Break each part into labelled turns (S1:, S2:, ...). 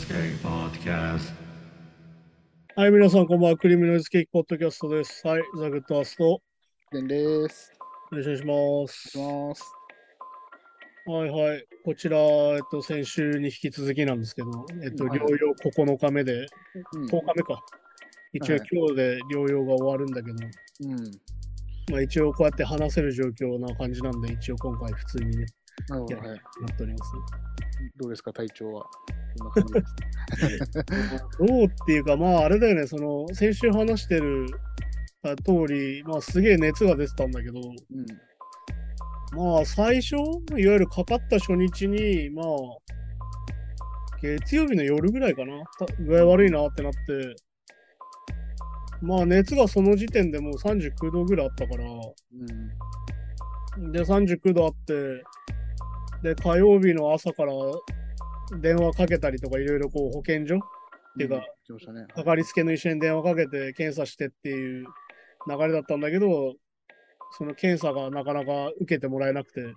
S1: Cake Podcast.
S2: はい、皆さん、こんばんは。クリームノイズケーキポッドキャストです。はい、ザ・グッドアースト。
S3: でんです。
S2: よろしくお願いし
S3: お願い
S2: ま
S3: します。
S2: す。はいはい。こちら、先週に引き続きなんですけど、療
S3: はいはい
S2: 養9日目で、
S3: うん。
S2: 10日目か。一応
S3: はい
S2: 今日で療養が終わるんだけど、
S3: うん。
S2: まあ一応こうやって話せる状況な感じなんで、一応今回普通にね、
S3: なるほど、
S2: やる
S3: はい。
S2: なっております。
S3: どうですか、体調は。こんな感じです。
S2: どうっていうか、まああれだよね、先週話してる通り、まあすげえ熱が出てたんだけど、
S3: うん。
S2: まあ、最初、いわゆるかかった初日に、まあ、月曜日の夜ぐらいかな、具合悪いなってなって、まあ、熱がその時点でもう39度ぐらいあったから、
S3: うん。
S2: で、39度あって、で、火曜日の朝から電話かけたりとか、いろいろこう、保健所っていうか、
S3: 来ましたね。
S2: かかりつけの医者に電話かけて検査してっていう流れだったんだけど、その検査がなかなか受けてもらえなくて、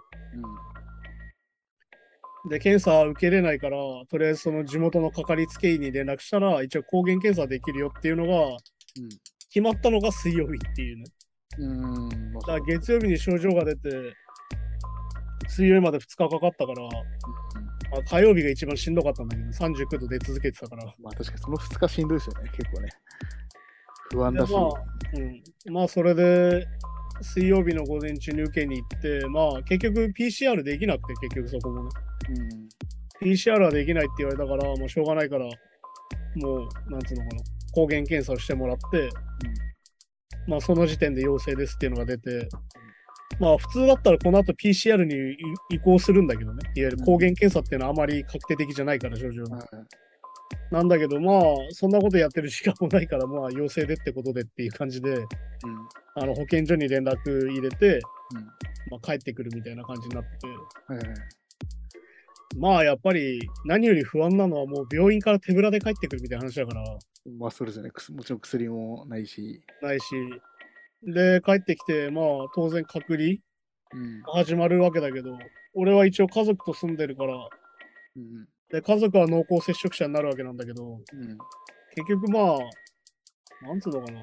S2: で、検査受けれないから、とりあえずその地元のかかりつけ医に連絡したら、一応抗原検査できるよっていうのが、決まったのが水曜日っていうね。だから月曜日に症状が出て、水曜日まで2日かかったから、まあ、火曜日が一番しんどかったんだけど、39度出続けてたから。
S3: まあ確かにその2日しんどいですよね、結構ね。不安だし。
S2: まあそれで、水曜日の午前中に受けに行って、まあ結局 PCR できなくて、結局そこもね。PCR はできないって言われたから、もうしょうがないから、もう、なんつうのかな、抗原検査をしてもらって、まあその時点で陽性ですっていうのが出て、まあ普通だったらこの後 PCR に移行するんだけどね、いわゆる抗原検査っていうのはあまり確定的じゃないから症状が。なんだけど、まあそんなことやってる時間もないから、まあ陽性でってことでっていう感じで、保健所に連絡入れて、まあ、帰ってくるみたいな感じになってて、まあやっぱり何より不安なのはもう病院から手ぶらで帰ってくるみたいな話だから。
S3: まあそうですね。もちろん薬もないし。
S2: で、帰ってきて、まあ当然隔離始まるわけだけど、俺は一応家族と住んでるから、で、家族は濃厚接触者になるわけなんだけど、結局まあ、なんつうのかな。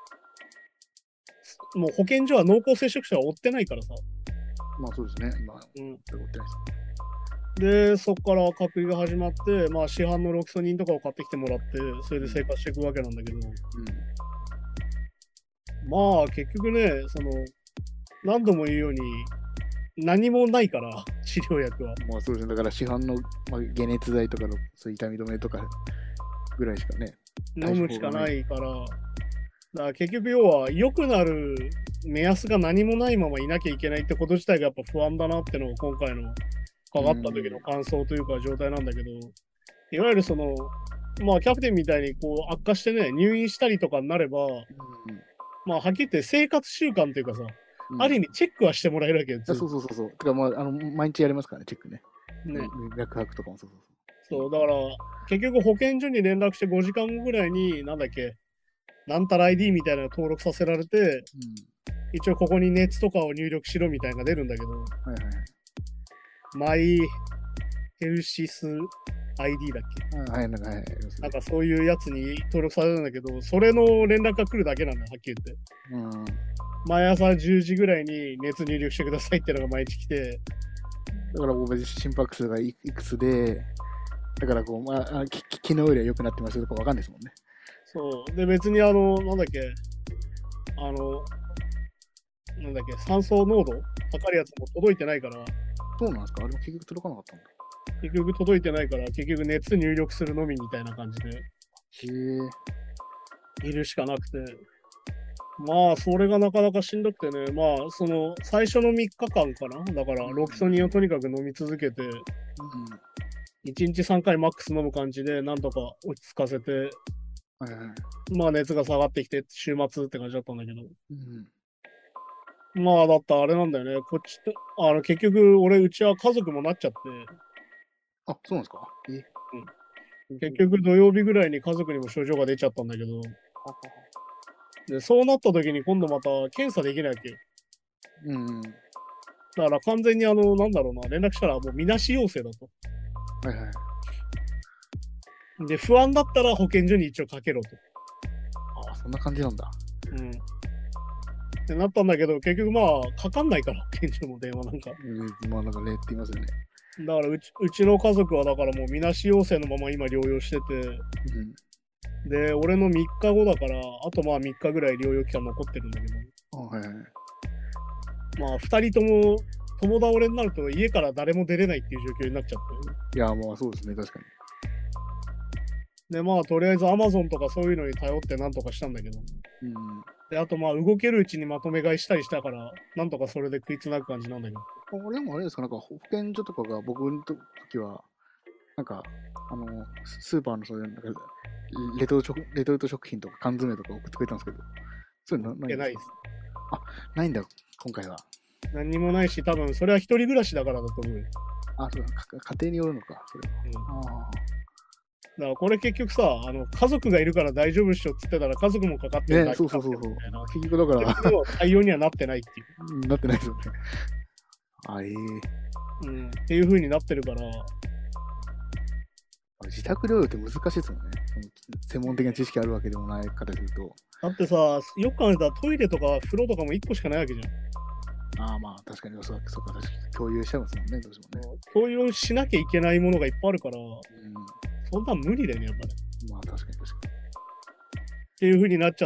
S2: もう保健所は濃厚接触者は追ってないからさ。
S3: まあそうですね。今、追ってない
S2: で、そこから隔離が始まって、まあ市販のロキソニンとかを買ってきてもらって、それで生活していくわけなんだけど、まあ結局ね、何度も言うように、何もないから、治療薬は。
S3: まあそうですね。だから市販の、解熱剤とかの、そういう痛み止めとかぐらいしかね。
S2: 飲むしかないから、だから結局要は良くなる目安が何もないままいなきゃいけないってこと自体がやっぱ不安だなってのが今回のかかった時の感想というか状態なんだけど、いわゆるまあキャプテンみたいにこう悪化してね、入院したりとかになれば、まあはっきり言って生活習慣というかさ、ある意味チェックはしてもらえるわけよ。
S3: そう。てかまあ、毎日やりますからね、チェックね。脈拍とかも
S2: そう、だから結局保健所に連絡して5時間後ぐらいに、なんだっけ、なんたら ID みたいなの登録させられて、一応ここに熱とかを入力しろみたいなのが出るんだけど、マイヘルシス ID だっけ、なんかそういうやつに登録されるんだけど、それの連絡が来るだけなのよ、はっきり言って。毎朝10時ぐらいに熱入力してくださいってのが毎日来て。
S3: だから別に心拍数がいくつで、だからこう、まあ、昨日よりは良くなってますとかわかんないですもんね。
S2: そう。で、別になんだっけ、なんだっけ、酸素濃度測るやつも届いてないから。
S3: そうなんですか？あれも結局届かなかったんだ。
S2: 結局届いてないから、結局熱入力するのみみたいな感じで。いるしかなくて。まあ、それがなかなかしんどくてね、まあ、最初の3日間かな、だから、ロキソニンをとにかく飲み続けて、1日3回マックス飲む感じで、なんとか落ち着かせて、まあ、熱が下がってきて、週末って感じだったんだけど。まあ、だったらあれなんだよね、こっちと、結局、うちは家族もなっちゃって。
S3: あ、そうなんですか？
S2: 結局、土曜日ぐらいに家族にも症状が出ちゃったんだけど、でそうなった時に今度また検査できないわけよ。だから完全になんだろうな、連絡したらもうみなし陽性だと。 で、不安だったら保健所に一応かけろと。
S3: ああ、そんな感じなんだ。
S2: うん。ってなったんだけど、結局まあ、かかんないから、保健所の電話なんか。
S3: まあなんかねって言いますよね。
S2: だからうちの家族はだからもうみなし陽性のまま今療養してて、で、俺の3日後だから、あとまあ3日ぐらい療養期間残ってるんだけど、
S3: はいはい。
S2: まあ2人とも共倒れになると家から誰も出れないっていう状況になっちゃって。
S3: いや、まあそうですね、確かに。
S2: で、まあとりあえず Amazon とかそういうのに頼ってなんとかしたんだけど、で、あとまあ動けるうちにまとめ買いしたりしたから、なんとかそれで食いつなぐ感じなんだけど。
S3: でもあれですか、なんか保健所とかが僕の時は、なんか、スーパーのそういう、なんかレトルト食品とか缶詰とか送ってくれたんですけど、そういうのないんですか？あ、ないんだ、今回は。
S2: 何にもないし、多分それは一人暮らしだからだと思うよ。
S3: あ、そう家庭によるのか、それは。
S2: だからこれ結局さ、家族がいるから大丈夫っしょっつってたら家族もかかってるだけ
S3: そう。結局だから。
S2: 対応にはなってないっていう。
S3: なってないですよね。
S2: っていう風になってるから。
S3: 自宅療養って難しいですもんね。専門的な知識あるわけでもない方ですると。
S2: だってさ、よく考えたらトイレとか風呂とかも1個しかないわけじゃん。
S3: まあ確かにそうか、確かに共有しちゃいますもんね、どうしてもね。
S2: 共有しなきゃいけないものがいっぱいあるから、そんなん無理だよね、やっぱり。
S3: まあ確かに。
S2: っていう風になっちゃって、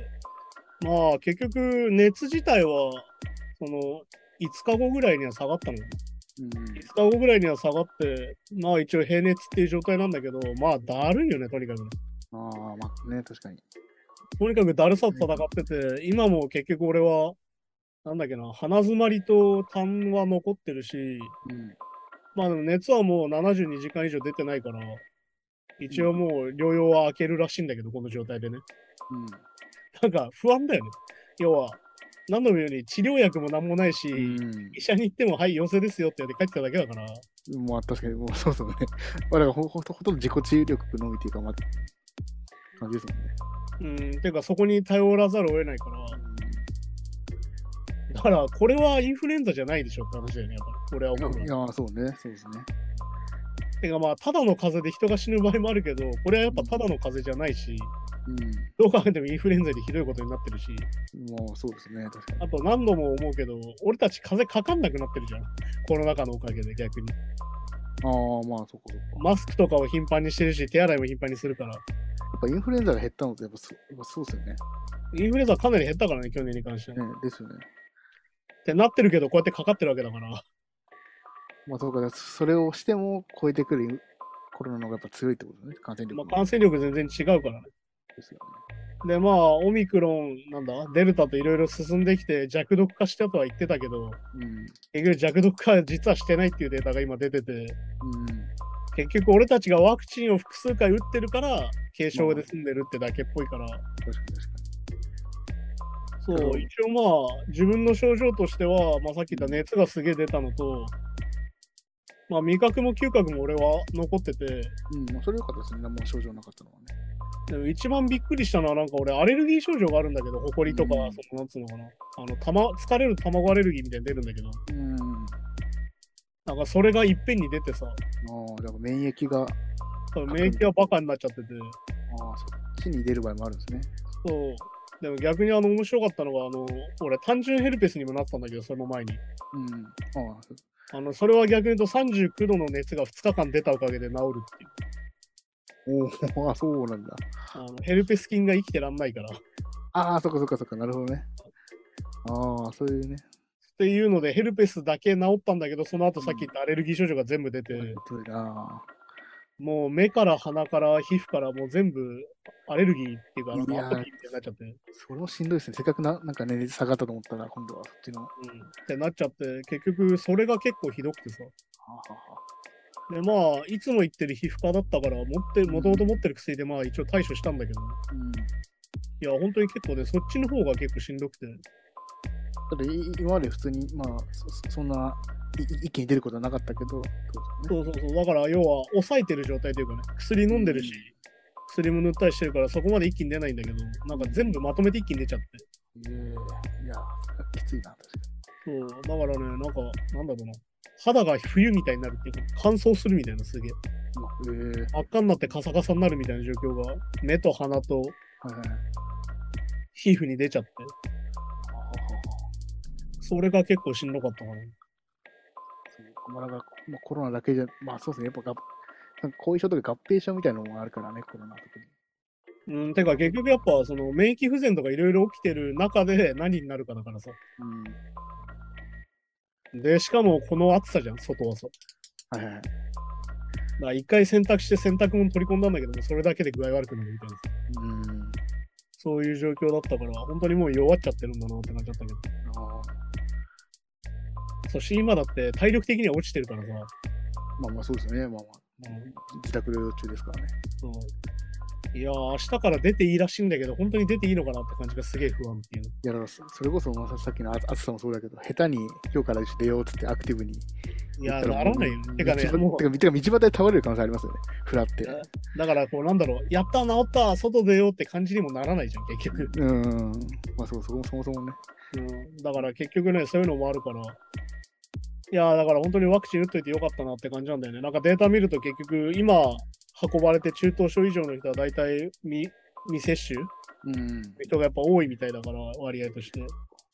S2: まあ結局熱自体は、その、5日後ぐらいには下がったのよ。5日後ぐらいには下がって、まあ一応平熱っていう状態なんだけど、まあだるいよね、とにかくね。
S3: まあね、確かに。
S2: とにかくだるさと戦ってて、今も結局俺は、なんだっけな、鼻詰まりと痰は残ってるし、まあでも熱はもう72時間以上出てないから、一応もう療養は明けるらしいんだけど、この状態でね。なんか不安だよね。要は、何度も言うように治療薬も何もないし、医者に行っても、はい、陽性ですよって言って帰ってただけだから。
S3: まあ確かに、もうそうそうね。だからほとんど自己治癒力のみっていうか、まあ、感じですもんね。
S2: ていうか、そこに頼らざるを得ないから。だから、これはインフルエンザじゃないでしょって話だよね、やっぱり。俺は思う。
S3: いや、そうですね。
S2: てかまあ、ただの風邪で人が死ぬ場合もあるけど、これはやっぱただの風邪じゃないし、どう考えてもインフルエンザでひどいことになってるし、
S3: もうそうですね、確かに。
S2: あと何度も思うけど、俺たち風邪かかんなくなってるじゃん。コロナ禍のおかげで逆に。
S3: まあそこ。
S2: マスクとかを頻繁にしてるし、手洗いも頻繁にするから。
S3: やっぱインフルエンザが減ったのってやっぱそうですよね。
S2: インフルエンザかなり減ったからね、去年に関しては。
S3: ですよね。
S2: ってなってるけど、こうやってかかってるわけだから。
S3: まあそうか、それをしても超えてくるコロナの方がやっぱ強いってことね、感染力。
S2: まあ感染力全然違うからね。
S3: ですよ
S2: ね。で、まあ、オミクロン、デルタといろいろ進んできて弱毒化したとは言ってたけど、結局弱毒化実はしてないっていうデータが今出てて、結局俺たちがワクチンを複数回打ってるから、軽症で済んでるってだけっぽいから。確かに。そう、一応まあ、自分の症状としては、まあさっき言った熱がすげえ出たのと、まあ味覚も嗅覚も俺は残ってて。
S3: それよかったですね、何も症状なかったのはね。
S2: でも一番びっくりしたのは、なんか俺アレルギー症状があるんだけど、ホコリとか、なんつうのかな。疲れる卵アレルギーみたいに出るんだけど。なんかそれがいっぺんに出てさ。
S3: だから免疫が
S2: バカになっちゃってて。
S3: そっちに出る場合もあるんですね。
S2: そう。でも逆に面白かったのが、俺単純ヘルペスにもなったんだけど、その前に。それは逆に言うと39度の熱が2日間出たおかげで治るっていう。
S3: そうなんだ。
S2: ヘルペス菌が生きてらんないから。
S3: そっか、なるほどね。そういうね。
S2: っていうので、ヘルペスだけ治ったんだけど、その後さっき言ったアレルギー症状が全部出て、もう目から鼻から皮膚からもう全部アレルギーっていうか、アトピーみたいになっちゃって。
S3: それもしんどいですね。せっかくなんかね、熱下がったと思ったら、今度はそっちの。
S2: ってなっちゃって、結局それが結構ひどくてさ。で、まあ、いつも言ってる皮膚科だったから、もともと持ってる薬でまあ一応対処したんだけど、いや、本当に結構ね、そっちの方が結構しんどくて。
S3: だって今まで普通に、まあ、そんな一気に出ることはなかったけど、
S2: そう。だから要は抑えてる状態というかね、薬飲んでるし、薬も塗ったりしてるから、そこまで一気に出ないんだけど、なんか全部まとめて一気に出ちゃって。
S3: いや、きついな、確か
S2: に。そう、だからね、なんだろうな。肌が冬みたいになるっていうか、乾燥するみたいな、すげえ。 真っ赤になってカサカサになるみたいな状況が、目と鼻と皮膚に出ちゃって、それが結構しんどかったかな。
S3: コロナだけじゃ、まあそうですね、やっぱ後遺症とか合併症みたいなのもあるからね、コロナ特
S2: に。てか結局やっぱその免疫不全とかいろいろ起きてる中で何になるかだからさ。で、しかもこの暑さじゃん、外はさ。だから一回洗濯して洗濯物取り込んだんだけども、それだけで具合悪くなるみたいなさ。そういう状況だったから、本当にもう弱っちゃってるんだなってなっちゃったけど。そして今だって体力的には落ちてるからさ。
S3: まあそうですね、自宅療養中ですからね。
S2: いやー、明日から出ていいらしいんだけど、本当に出ていいのかなって感じがすげえ不安っていう。
S3: いや、だからそれこそさっきの暑さもそうだけど、下手に今日から出ようってアクティブに。
S2: いや、ならないよ。てかね、
S3: もう。てか道端で倒れる可能性ありますよね、フラって。
S2: だから、こう、なんだろう、やった、治った、外出ようって感じにもならないじゃん、結局。
S3: まあそもそもね。
S2: だから結局ね、そういうのもあるから。いやだから本当にワクチン打っといてよかったなって感じなんだよね。なんかデータ見ると結局、今運ばれて中等症以上の人は大体未接種、人がやっぱ多いみたいだから、割合として。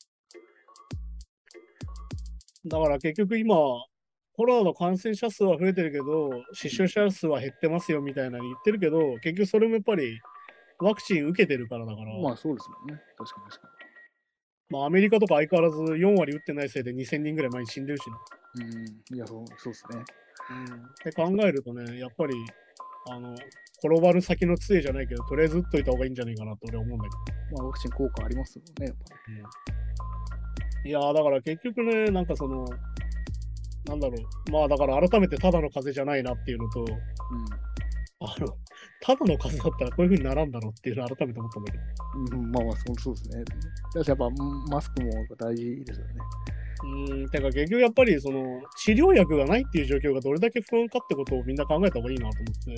S2: だから結局今、コロナの感染者数は増えてるけど、死傷者数は減ってますよみたいなの言ってるけど、結局それもやっぱりワクチン受けてるからだから。
S3: まあそうですもんね。確かに。
S2: まあアメリカとか相変わらず4割打ってないせいで2000人ぐらい前に死んでるし
S3: ね。いや、そうですね。
S2: って考えるとね、やっぱり、転ばる先の杖じゃないけど、とりあえず打っといた方がいいんじゃないかなと俺は思うんだけ
S3: ど。まあワクチン効果ありますもんね、やっぱ
S2: り。いやだから結局ね、なんかその、なんだろう、まあだから改めてただの風邪じゃないなっていうのと、ただの風邪だったらこういう風にならんだろうっていうのを改めて思ったんだけど。
S3: まあそうですね。やっぱマスクも大事ですよね。
S2: てか結局やっぱりその治療薬がないっていう状況がどれだけ不安かってことをみんな考えた方がいいなと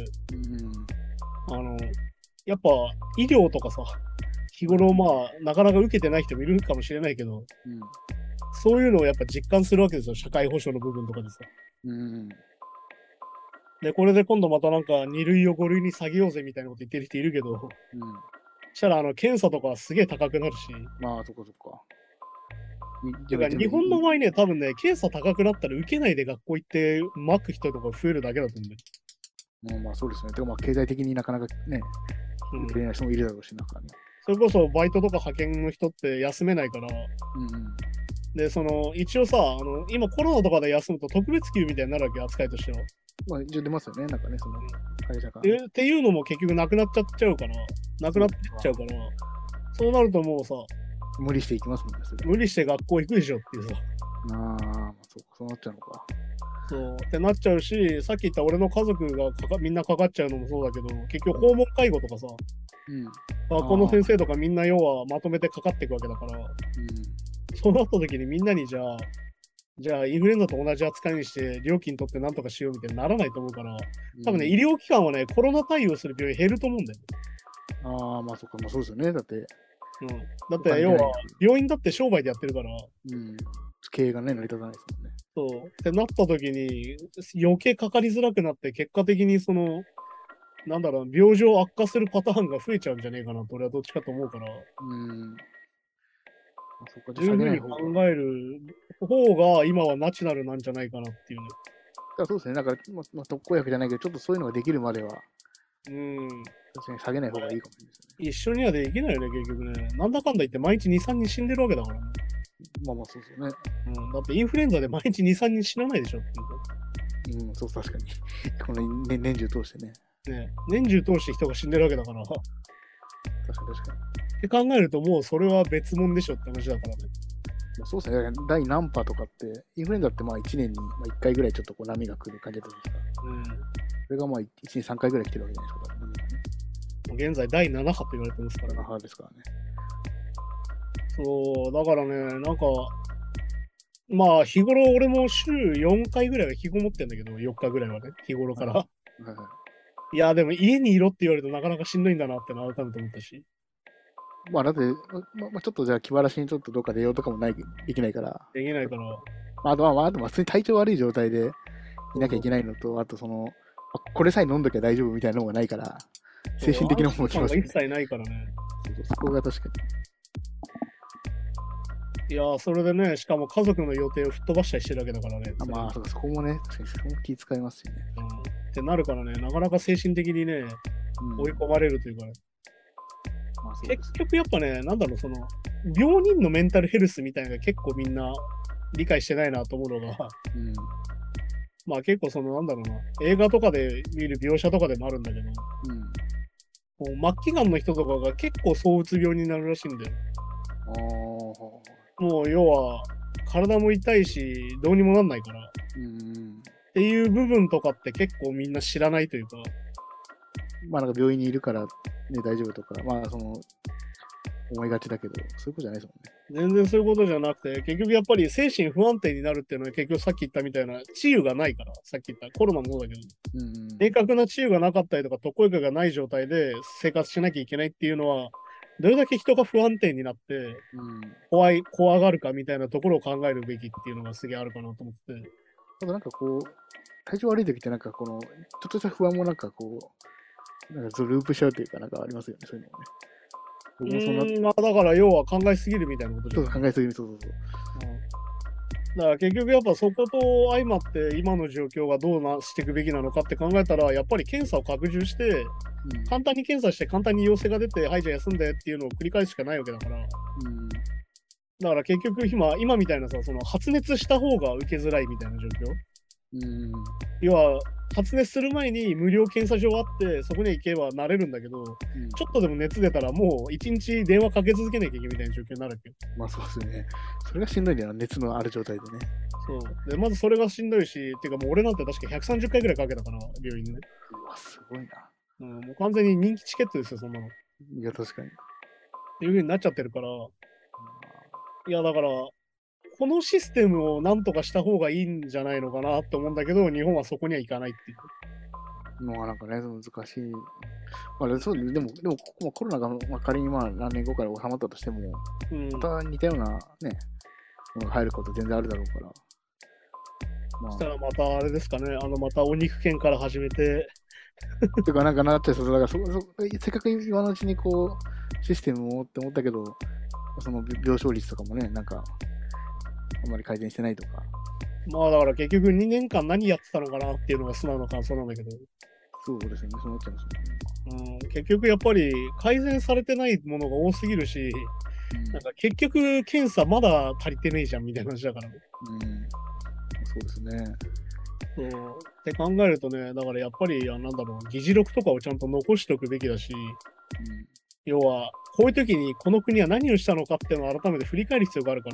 S2: 思って、やっぱ医療とかさ、日頃まあなかなか受けてない人もいるかもしれないけど、そういうのをやっぱ実感するわけですよ、社会保障の部分とかでさ。で、これで今度またなんか2類を5類に下げようぜみたいなこと言ってる人いるけど、したら検査とかすげえ高くなるし。
S3: まあそっか。
S2: てか日本の場合ね、多分ね、検査高くなったら受けないで学校行って巻く人とか増えるだけだと思うんだよ。
S3: まあそうですね。でもまあ経済的になかなかね、受けれない人もいるだろうし、なんかね。
S2: それこそバイトとか派遣の人って休めないから、で、一応さ、今コロナとかで休むと特別給みたいになるわけ、扱いとしては。
S3: まあ、一応出ますよね、なんかね、その会社から。
S2: っていうのも結局なくなっちゃうから、そうなるともうさ、
S3: 無理していきますもんね、
S2: 無理して学校行くでしょっていうさ。
S3: そうなっちゃうのか。
S2: そうってなっちゃうし、さっき言った俺の家族がみんなかかっちゃうのもそうだけど、結局訪問介護とかさ、学校の先生とかみんな要はまとめてかかっていくわけだから、そうなった時にみんなにじゃあインフルエンザと同じ扱いにして料金取ってなんとかしようみたいにならないと思うから、多分ね、医療機関はね、コロナ対応する病院減ると思うんだよね。
S3: まあそっか、まあそうですよね、だって。
S2: だって要は、病院だって商売でやってるから。
S3: 経営がね、成り立たないですもんね。
S2: そう。ってなった時に、余計かかりづらくなって、結果的になんだろう、病状悪化するパターンが増えちゃうんじゃねえかなと、俺はどっちかと思うから。そういうふうに考える方が今はナチュラルなんじゃないかなっていうね。
S3: そうですね、なんか、特効薬じゃないけど、ちょっとそういうのができるまでは、確かに下げない方がいいかもしれないです
S2: ね。一緒にはできないよね、結局ね。なんだかんだ言って毎日2、3人死んでるわけだからね。
S3: まあそうですよね。
S2: だってインフルエンザで毎日2、3人死なないでしょって
S3: いう。そう、確かに。この年中通してね。
S2: 年中通して人が死んでるわけだから。
S3: 確かに。
S2: って考えるともうそれは別物でしょって話だからね。
S3: そうですね。第何波とかって、インフルエンザってまあ1年に1回ぐらいちょっとこう波が来る感じだったんですか。それがまあ1年3回ぐらい来てるわけじゃないですか。
S2: 現在第7波と言われてますから
S3: ね。7波ですからね。
S2: そう、だからね、なんか、まあ日頃俺も週4回ぐらいは引きこもってんだけど、4日ぐらいはね、日頃から。いや、でも家にいろって言われるとなかなかしんどいんだなって改めて思ったし。
S3: まあだって、ちょっとじゃあ気晴らしにちょっとどっか出ようとかもできないから。
S2: できないから。
S3: あと普通に体調悪い状態でいなきゃいけないのと、あとこれさえ飲んどきゃ大丈夫みたいなのがないから、精神的なものも
S2: 安心感が一切ないからね。
S3: そこが確か
S2: に。いやそれでね、しかも家族の予定を吹っ飛ばしたりしてるわけだからね。
S3: まあ、そこもね、確かにそこも気遣いますよね。
S2: ってなるからね、なかなか精神的にね、追い込まれるというかね。結局やっぱね、なんだろう、その、病人のメンタルヘルスみたいなのが結構みんな理解してないなと思うのが、まあ結構その、なんだろうな、映画とかで見る描写とかでもあるんだけど、もう末期がんの人とかが結構躁うつ病になるらしいんだよ。もう要は、体も痛いし、どうにもなんないから。っていう部分とかって結構みんな知らないというか。
S3: まあなんか病院にいるからね、大丈夫とか、まあその、思いがちだけど、そういうことじゃないです
S2: もんね。全然そういうことじゃなくて、結局やっぱり精神不安定になるっていうのは結局さっき言ったみたいな治癒がないから、さっき言ったコロナもそうだけど、明確な治癒がなかったりとか特効薬がない状態で生活しなきゃいけないっていうのは、どれだけ人が不安定になって、怖がるかみたいなところを考えるべきっていうのがすげえあるかなと思って。
S3: あとなんかこう、体調悪い時ってなんかこの、ちょっとした不安もなんかこう、なんかループしちゃうというかなんかありますよね、そういうのもね。
S2: まあだから要は考えすぎるみたいなこと
S3: じゃん。そう考えすぎる、そう。
S2: だから結局やっぱそこと相まって今の状況がどうしていくべきなのかって考えたらやっぱり検査を拡充して、簡単に検査して簡単に陽性が出てはいじゃあ休んでっていうのを繰り返すしかないわけだから、だから結局今みたいなさ、その発熱した方が受けづらいみたいな状況、要は発熱する前に無料検査場あってそこに行けばなれるんだけど、ちょっとでも熱出たらもう一日電話かけ続けなきゃいけないみたいな状況になるわけよ。
S3: まあそうですね。それがしんどいんだよな、熱のある状態でね。
S2: そうでまずそれがしんどいし、っていうかもう俺なんて確か130回ぐらいかけたから病院でね。
S3: うわすごいな。
S2: もう完全に人気チケットですよそんなの。
S3: いや確かに。
S2: っていう風になっちゃってるから、いやだからこのシステムをなんとかした方がいいんじゃないのかなって思うんだけど、日本はそこにはいかないっていう。
S3: のがなんかね、難しい。まあ、そうでもコロナが、仮に何年後から収まったとしても、また似たようなね、ものが入ること全然あるだろうから。
S2: そしたらまたあれですかね、またお肉券から始めて。
S3: てかなんかなっちゃいそう。だからせっかく今のうちにこう、システムをって思ったけど、その病床率とかもね、なんか、あんまり改善してないとか。
S2: まあだから結局2年間何やってたのかなっていうのが素直な感想なんだけど。
S3: そうですよね、そうなっちゃいます
S2: ね。結局やっぱり改善されてないものが多すぎるし、なんか結局検査まだ足りてねえじゃんみたいな話だからね。
S3: そうですね。
S2: って考えるとね、だからやっぱりなんだろう、議事録とかをちゃんと残しておくべきだし、要はこういう時にこの国は何をしたのかっていうのを改めて振り返る必要があるから、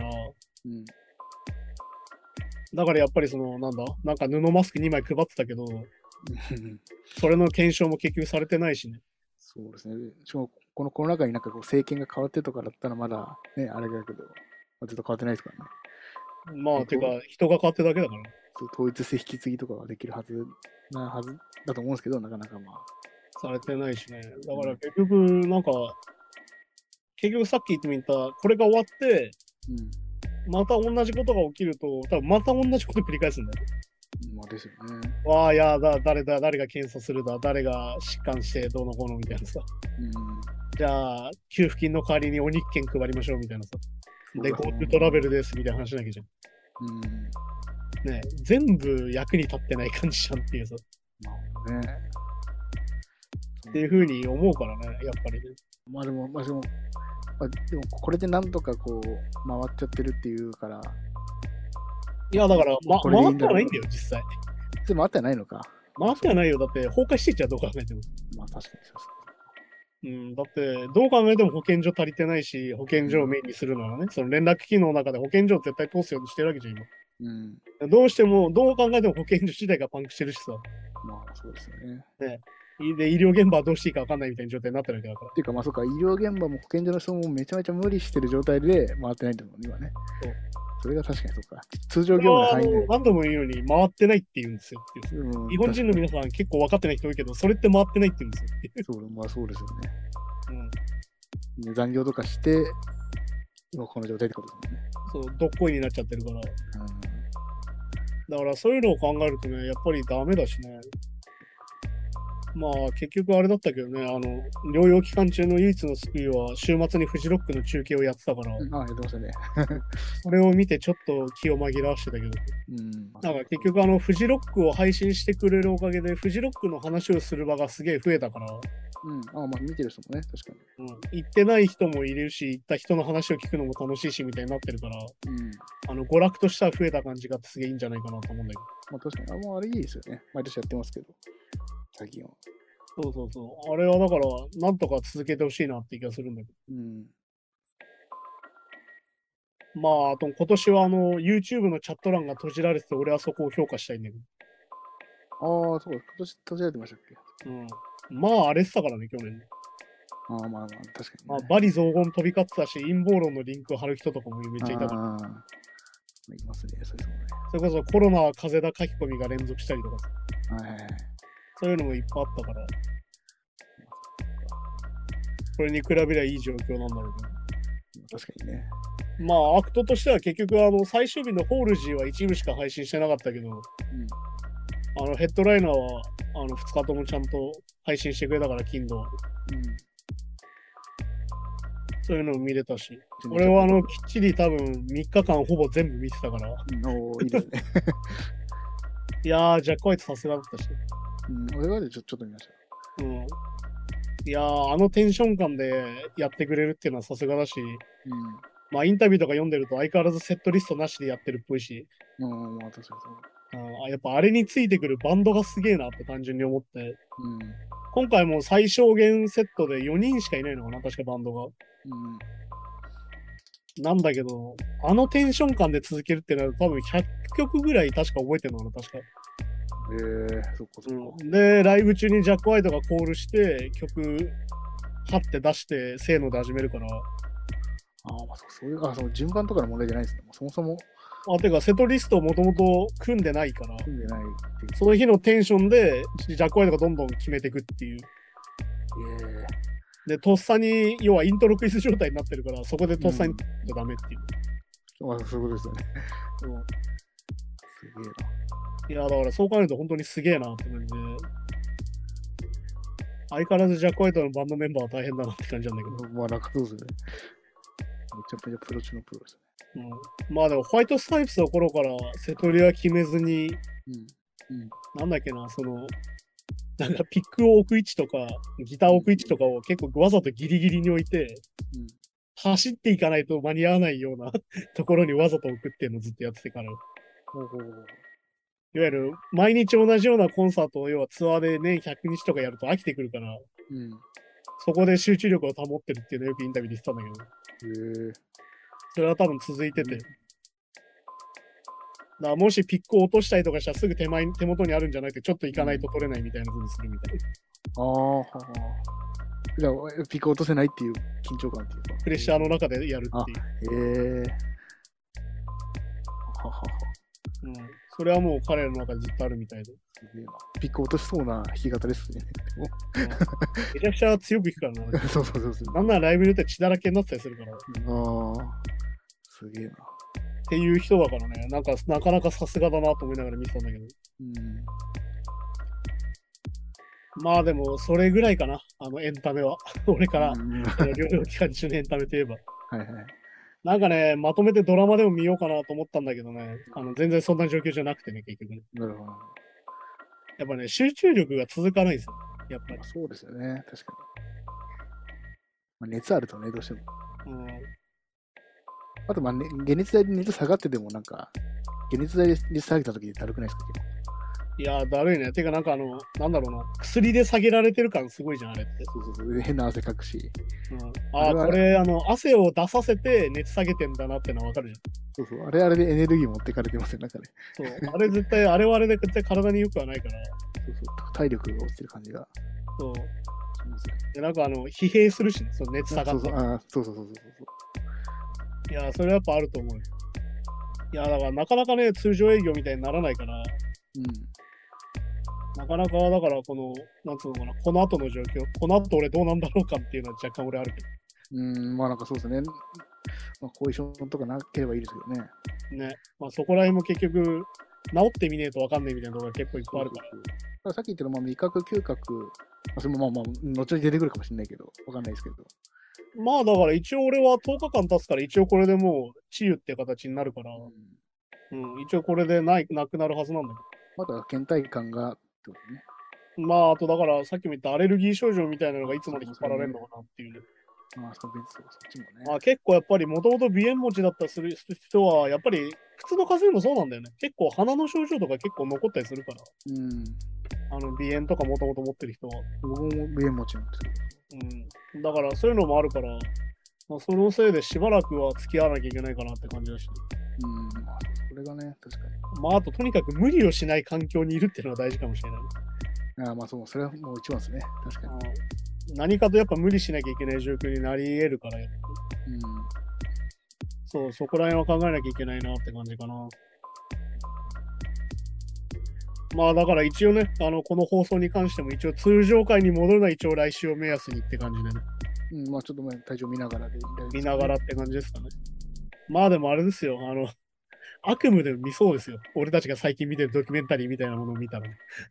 S2: だからやっぱりそのなんか布マスク2枚配ってたけど、それの検証も結局されてないしね。
S3: そうですね。しかもこのコロナ禍になんかこう政権が変わってとかだったらまだね、あれだけど、ずっと変わってないですからね。
S2: まあ、てか人が変わってるだけだから。
S3: 統一性引き継ぎとかができるはずだと思うんですけど、なかなか
S2: されてないしね。だから結局、なんか、結局さっき言ってみた、これが終わって、また同じことが起きると、多分また同じこと繰り返すんだよ。
S3: まあですよね。
S2: わあ、やだ、誰が検査するだ、誰が疾患してどうのこうのみたいなさ。じゃあ、給付金の代わりにお肉券配りましょうみたいなさ。で、GoTo トラベルですみたいな話しなきゃじゃん。ね、全部役に立ってない感じじゃんっていうさ。っていうふうに思うからね、やっぱりね。
S3: でもこれでなんとかこう回っちゃってるっていうから。
S2: いやだから、回ってはないんだよ、実際。
S3: 回ってはないのか。
S2: 回ってはないよ。だって崩壊していっちゃう、どう考えても。
S3: まあ確かにそう
S2: そう。だって、どう考えても保健所足りてないし、保健所をメインにするならね、その連絡機能の中で保健所を絶対通すようにしてるわけじゃん、今。どうしても、どう考えても保健所自体がパンクしてるしさ。
S3: まあそうですよね。
S2: で、医療現場はどうしていいか分かんないみたいな状態になってるわけだから。
S3: っていうか、まあそうか、医療現場も保健所の人もめちゃめちゃ無理してる状態で回ってないんだもんね、今ね。それが確かにそうか。通常業務の範囲で。
S2: 何度も言うように回ってないって言うんですよっていう。日本人の皆さん結構分かってない人多いけど、それって回ってないって言うんですよ。
S3: まあそうですよね。残業とかして、今この状態ってことです
S2: もんね。そう、どっこいになっちゃってるから。だからそういうのを考えるとね、やっぱりダメだしね。 まあ結局あれだったけどね、療養期間中の唯一の救いは週末にフジロックの中継をやってたから、
S3: やってましたね。
S2: それを見てちょっと気を紛らわしてたけど、なんか結局フジロックを配信してくれるおかげで、フジロックの話をする場がすげえ増えたから、
S3: まあ見てる人もね、確か
S2: に。行ってない人もいるし、行った人の話を聞くのも楽しいしみたいになってるから、娯楽としては増えた感じがすげえいいんじゃないかなと思うんだけど。
S3: まあ確かに、あれいいですよね。毎年やってますけど、最近は。
S2: そう。あれはだから、なんとか続けてほしいなって気がするんだけど。まあ、あと今年はYouTube のチャット欄が閉じられてて、俺はそこを評価したいんだけど。
S3: そう、今年閉じられてましたっ
S2: け？まあ、あれっさからね、去年。
S3: まあ、確かに、
S2: まあ、バリ雑言飛び交ってたし、陰謀論のリンクを貼る人とかもめっちゃいたから。
S3: いますね、そうですね。
S2: それこそコロナ風邪だ書き込みが連続したりとかさ。そういうのもいっぱいあったから。これに比べりゃいい状況なんだろう
S3: けど。確かにね。
S2: まあ、アクトとしては結局、最終日のホールジーは一部しか配信してなかったけど、ヘッドライナーは、2日ともちゃんと配信してくれたから、Kindle。そういうのを見れたし、俺はきっちり多分3日間ほぼ全部見てたから。
S3: いいですね。
S2: いやー、ジャック・ホワイトさすがだったし。
S3: 俺はちょっと見ました。
S2: いやー、テンション感でやってくれるっていうのはさすがだし、まあ、インタビューとか読んでると相変わらずセットリストなしでやってるっぽいし、
S3: まあ、確かに
S2: そう。やっぱあれについてくるバンドがすげえなって単純に思って、今回も最小限セットで4人しかいないのかな、確かバンドが。なんだけど、テンション感で続けるってなると多分100曲ぐらい確か覚えてるのかな、確か。
S3: そっか。
S2: で、ライブ中にジャック・ホワイトがコールして、曲、はって出して、せーので始めるから。
S3: その順番とかの問題じゃないですね。そもそも。
S2: てか、セットリストをもともと組んでないから、
S3: 組んでない
S2: その日のテンションで、ジャック・ホワイトがどんどん決めていくっていう。で、とっさに、要はイントロクイズ状態になってるから、そこでとっさにダメっていう。
S3: そういうことですよね。
S2: すげえ
S3: な。
S2: いや、だからそう考えると本当にすげえなって感じで、相変わらずジャック・ホワイトのバンドメンバーは大変だなって感じなんだけど。
S3: まあ、楽そうですね。めちゃめちゃプロ中のプロです
S2: ね。まあでも、ホワイトスタイプスの頃からセトリは決めずに、なんだっけな、なんかピックを置く位置とか、ギターを置く位置とかを結構わざとギリギリに置いて、走っていかないと間に合わないようなところにわざと置くっていうのをずっとやっててから。いわゆる毎日同じようなコンサートを要はツアーで年100日とかやると飽きてくるから、そこで集中力を保ってるっていうのをよくインタビューで言ってたんだけど、それは多分続いてて、だからもしピックを落としたりとかしたらすぐ手元にあるんじゃなくてちょっと行かないと取れないみたいな風にするみたいな。
S3: じゃあピック落とせないっていう緊張感っていうか
S2: プレッシャーの中でやるっていう。それはもう彼らの中でずっとあるみたいで。
S3: ピック落としそうな弾き方ですね。
S2: めちゃくちゃ強く弾くからな。
S3: そう。
S2: なんならライブによって血だらけになったりするから。
S3: すげえな。
S2: っていう人だからね、なかなかさすがだなと思いながら見てたんだけど。まあでも、それぐらいかな、エンタメは。俺から、療養期間中のエンタメといえば。なんかね、まとめてドラマでも見ようかなと思ったんだけどね、全然そんな状況じゃなくてね、結局ね。
S3: なるほど。
S2: やっぱね、集中力が続かないんですよ。やっぱり。
S3: そうですよね、確かに。熱あるとね、どうしても。あと、解熱剤で熱下がってでも、なんか、解熱剤で熱下げたときにだるくないですか、結構。
S2: いやだるいね。てか、なんかなんだろうな、薬で下げられてる感すごいじゃん、あれって。
S3: そう。変な汗かくし。
S2: これ、汗を出させて熱下げてんだなってのはわかるじ
S3: ゃん。そう。あれでエネルギー持ってかれてますよ、なんかね。
S2: そう。あれ絶対、あれはあれで絶対体に良くはないから。
S3: そう。体力が落ちてる感じが。
S2: そう。で、なんか疲弊するしね、その熱下がったら。
S3: そう。
S2: いや、それはやっぱあると思うよ。いや、だからなかなかね、通常営業みたいにならないから。なかなか、だから、なんつうのかな、この後の状況、この後俺どうなんだろうかっていうのは若干俺あるけど。
S3: まあなんかそうですね。後遺症とかなければいいですけどね。
S2: ね。まあそこら辺も結局、治ってみねえと分かんないみたいなところが結構いっぱいあるから。
S3: さっき言ったの味覚、嗅覚、それもまあ、後々出てくるかもしれないけど、わかんないですけど。
S2: まあだから一応俺は10日間経つから一応これでもう治癒っていう形になるから、一応これでなくなるはずなんだけ
S3: ど。まだ倦怠感がってことね。
S2: まああとだからさっきも言ったアレルギー症状みたいなのがいつまで引っ張られるのかなっていうね。
S3: そっちもね。
S2: まあ結構やっぱりもともと鼻炎持ちだったりする人はやっぱり普通の風邪もそうなんだよね。結構鼻の症状とか結構残ったりするから。鼻炎とかもともと持ってる人は。
S3: 僕も鼻炎持ちなんです
S2: けど。だからそういうのもあるから、まあ、そのせいでしばらくは付き合わなきゃいけないかなって感じだし。
S3: それがね、確かに。
S2: まああととにかく無理をしない環境にいるっていうのは大事かもしれない。
S3: それはもう一番ですね。確かに。
S2: 何かとやっぱ無理しなきゃいけない状況になり得るから、そう、そこら辺は考えなきゃいけないなって感じかな。まあだから一応ね、この放送に関しても一応通常回に戻るのは一応来週を目安にって感じでね。
S3: ちょっと体調見ながらで、
S2: 見ながらって感じですかね。まあでもあれですよ、悪夢でも見そうですよ。俺たちが最近見てるドキュメンタリーみたいなものを見たら。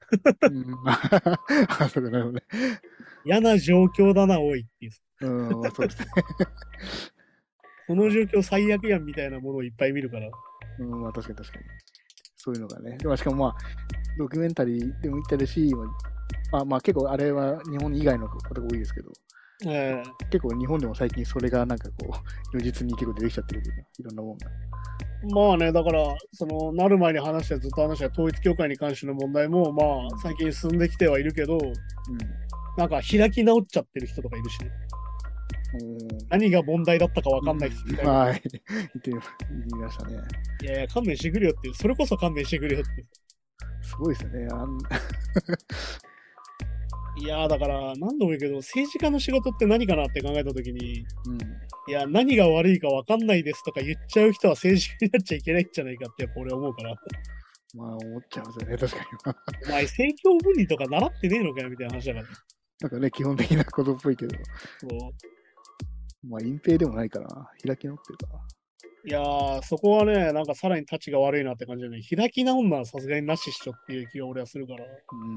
S3: そうだね。
S2: 嫌な状況だな、おいっていう。
S3: そうですね。
S2: この状況最悪やんみたいなものをいっぱい見るから。
S3: 確かに。そういうのがね。でもしかもドキュメンタリーでも見てるし、結構あれは日本以外のことが多いですけど、結構日本でも最近それがなんかこう、如実に結構出てきちゃってるというか、いろんなもんが。
S2: まあね、だから、なる前にずっと話した統一教会に関しての問題も、最近進んできてはいるけど、なんか開き直っちゃってる人とかいるしね。何が問題だったか分かんないっすみたいな。
S3: 言ってみましたね。
S2: いや勘弁してくれよっていう、それこそ勘弁してくれよっていう。
S3: すごいですよね。
S2: いやだから何度も言うけど、政治家の仕事って何かなって考えたときに、いや、何が悪いか分かんないですとか言っちゃう人は政治家になっちゃいけないんじゃないかってやっぱ俺は思うから。
S3: 思っちゃいますよね、確かに。
S2: お前、政教分離とか習ってねえのかよみたいな話だから。
S3: なんかね、基本的なことっぽいけど。隠蔽でもないかな。開き直ってるかな。
S2: いやー、そこはね、なんかさらにタチが悪いなって感じでね、開き直んのはさすがになしっしょっていう気が俺はするから。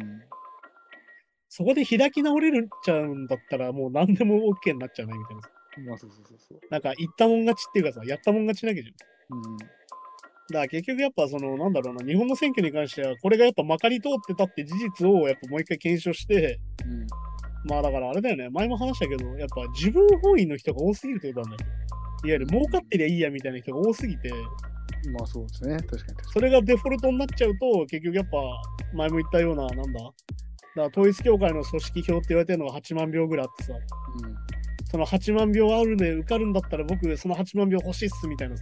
S2: そこで開き直れるっちゃうんだったら、もう何でも OK になっちゃうないみたいな。
S3: そう。
S2: なんか、言ったもん勝ちっていうかさ、やったもん勝ちなきゃじゃん。だから結局やっぱなんだろうな、日本の選挙に関しては、これがやっぱまかり通ってたって事実をやっぱもう一回検証して、だからあれだよね、前も話したけど、やっぱ自分本位の人が多すぎるってことなんだよ。いわゆる儲かってりゃいいやみたいな人が多すぎて、
S3: そうですね、確かに。
S2: それがデフォルトになっちゃうと、結局やっぱ、前も言ったような、なんだ、だから統一教会の組織票って言われてるのが8万票ぐらいあってさ、その8万票あるね、受かるんだったら僕、その8万票欲しいっすみたいなさ。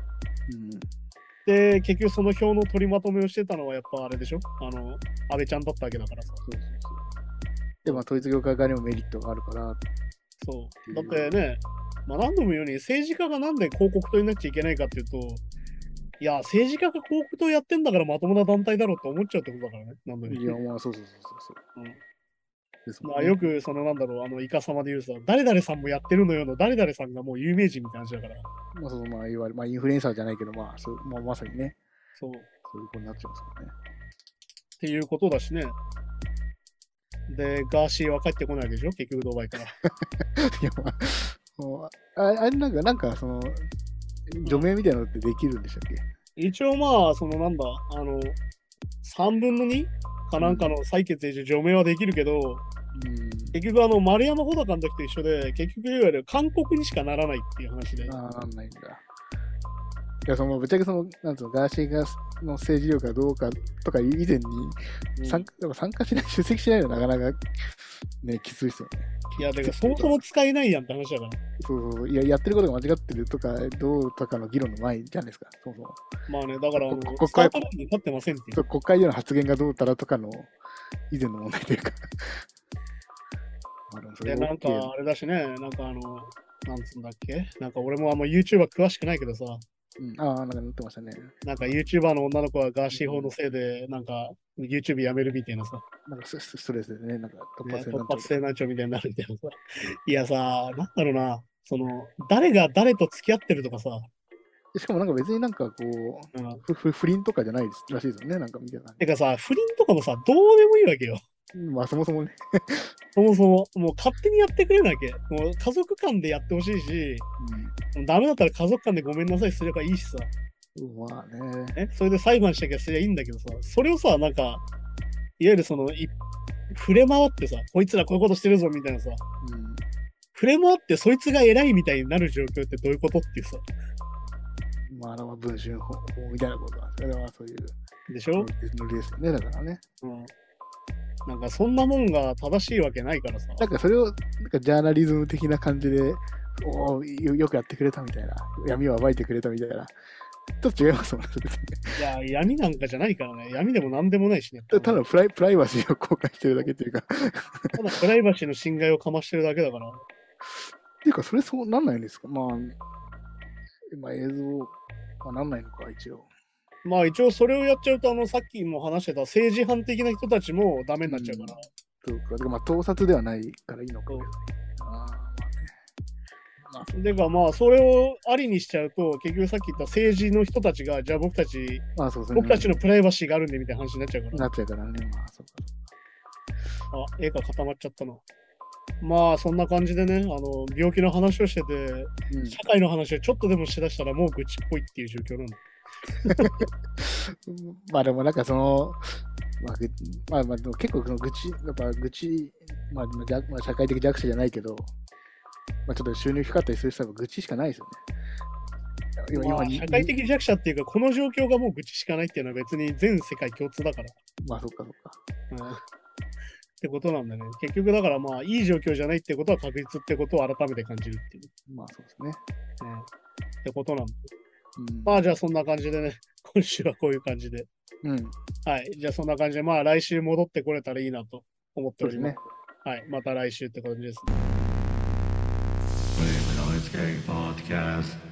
S2: で、結局その票の取りまとめをしてたのはやっぱあれでしょ、安倍ちゃんだったわけだからさ。
S3: で、統一教会側にもメリットがあるから。
S2: そう。だってね、何度も言うように政治家がなんで広告塔になっちゃいけないかっていうと、いや、政治家が広告塔やってんだからまともな団体だろうって思っちゃうってことだからね。何度も言う。
S3: いや、そう。
S2: よく、なんだろう、イカ様で言うさ、誰々さんもやってるのよの、誰々さんがもう有名人みたいな話だから。
S3: いわゆる、インフルエンサーじゃないけど、まさにね。そういうことになっちゃいますよね。
S2: っていうことだしね。で、ガーシーは帰ってこないでしょ結局ドバイから。い
S3: や、あれなんか、除名みたいなのってできるんでしたっけ？
S2: 一応なんだ、3分の 2? かなんかの採決で除名はできるけど、結局丸山穂高の時と一緒で、結局いわゆる勧告にしかならないっていう話で。
S3: なんないんだ。いや、ぶっちゃけなんつうの、ガーシーがの政治力がどうかとか以前に、参加しない、出席しないのはなかなかね、きついですよね。
S2: いや、だからそもそも使えないやんって話だから。
S3: そう。いや、やってることが間違ってるとか、どうとかの議論の前じゃないですか、そもそも。
S2: だから、スタートラインに立ってませんっていう。
S3: 国会での発言がどうたらとかの以前の問題というか。
S2: なんか、あれだしね、なんかなんつうんだっけ、なんか俺もYouTuber 詳しくないけどさ、
S3: なんか載ってましたね。
S2: なんか YouTuber の女の子はガーシー法のせいで、なんか YouTube やめるみたいなさ。
S3: なんかストレスでね、なんか
S2: 突発性難聴みたいになるみたいなさ。いやさ、なんだろうな、誰が誰と付き合ってるとかさ、
S3: しかもなんか別になんかこう、不倫とかじゃないらしいですよね、なんかみたいな。
S2: てかさ、不倫とかもさ、どうでもいいわけよ。
S3: まあそもそもね。
S2: そもそも、もう勝手にやってくれなきゃ。もう家族間でやってほしいし、ダメだったら家族間でごめんなさいすればいいしさ。
S3: まあね。
S2: それで裁判しなきゃすりゃいいんだけどさ、それをさ、なんか、いわゆるその、触れ回ってさ、こいつらこういうことしてるぞみたいなさ、触れ回ってそいつが偉いみたいになる状況ってどういうことっていうさ。
S3: まあ、文春法みたいなことは、それはそういう。
S2: でしょ？
S3: ノリですよね、だからね。
S2: なんかそんなもんが正しいわけないからさ。
S3: なんかそれを、なんかジャーナリズム的な感じで、よくやってくれたみたいな、闇を暴いてくれたみたいな。ちょっと違いますもんね。
S2: いや、闇なんかじゃないからね。闇でもなんでもないしね。
S3: ただプライバシーを公開してるだけっていうか。
S2: ただプライバシーの侵害をかましてるだけだから。
S3: っていうか、それそうなんないんですか？まあ、映像はなんないのか、一応。
S2: まあ一応それをやっちゃうと、さっきも話してた政治犯的な人たちもダメになっちゃうから。
S3: そうか。まあ、盗撮ではないからいいのか。
S2: でかまあそれをありにしちゃうと結局さっき言った政治の人たちがじゃあ僕たちのプライバシーがあるんでみたいな話になっちゃうから。
S3: なっちゃうからね。まあそうか。
S2: 絵が固まっちゃったな。まあそんな感じでね、病気の話をしてて、社会の話をちょっとでもしだしたらもう愚痴っぽいっていう状況なんだ。
S3: まあでもなんかその、まあ結構その愚痴、やっぱ愚痴、まあ社会的弱者じゃないけど、まあちょっと収入低かったりする人は愚痴しかないですよ
S2: ね。まあ、社会的弱者っていうか、この状況がもう愚痴しかないっていうのは別に全世界共通だから。
S3: まあそっかそっか。
S2: ってことなんだね。結局だからまあいい状況じゃないってことは確実ってことを改めて感じるっていう。
S3: まあそうですね。
S2: ってことなんだ。まあじゃあそんな感じでね、今週はこういう感じで。はい。じゃあそんな感じで、まあ来週戻ってこれたらいいなと思っております。はい。また来週って感じですね。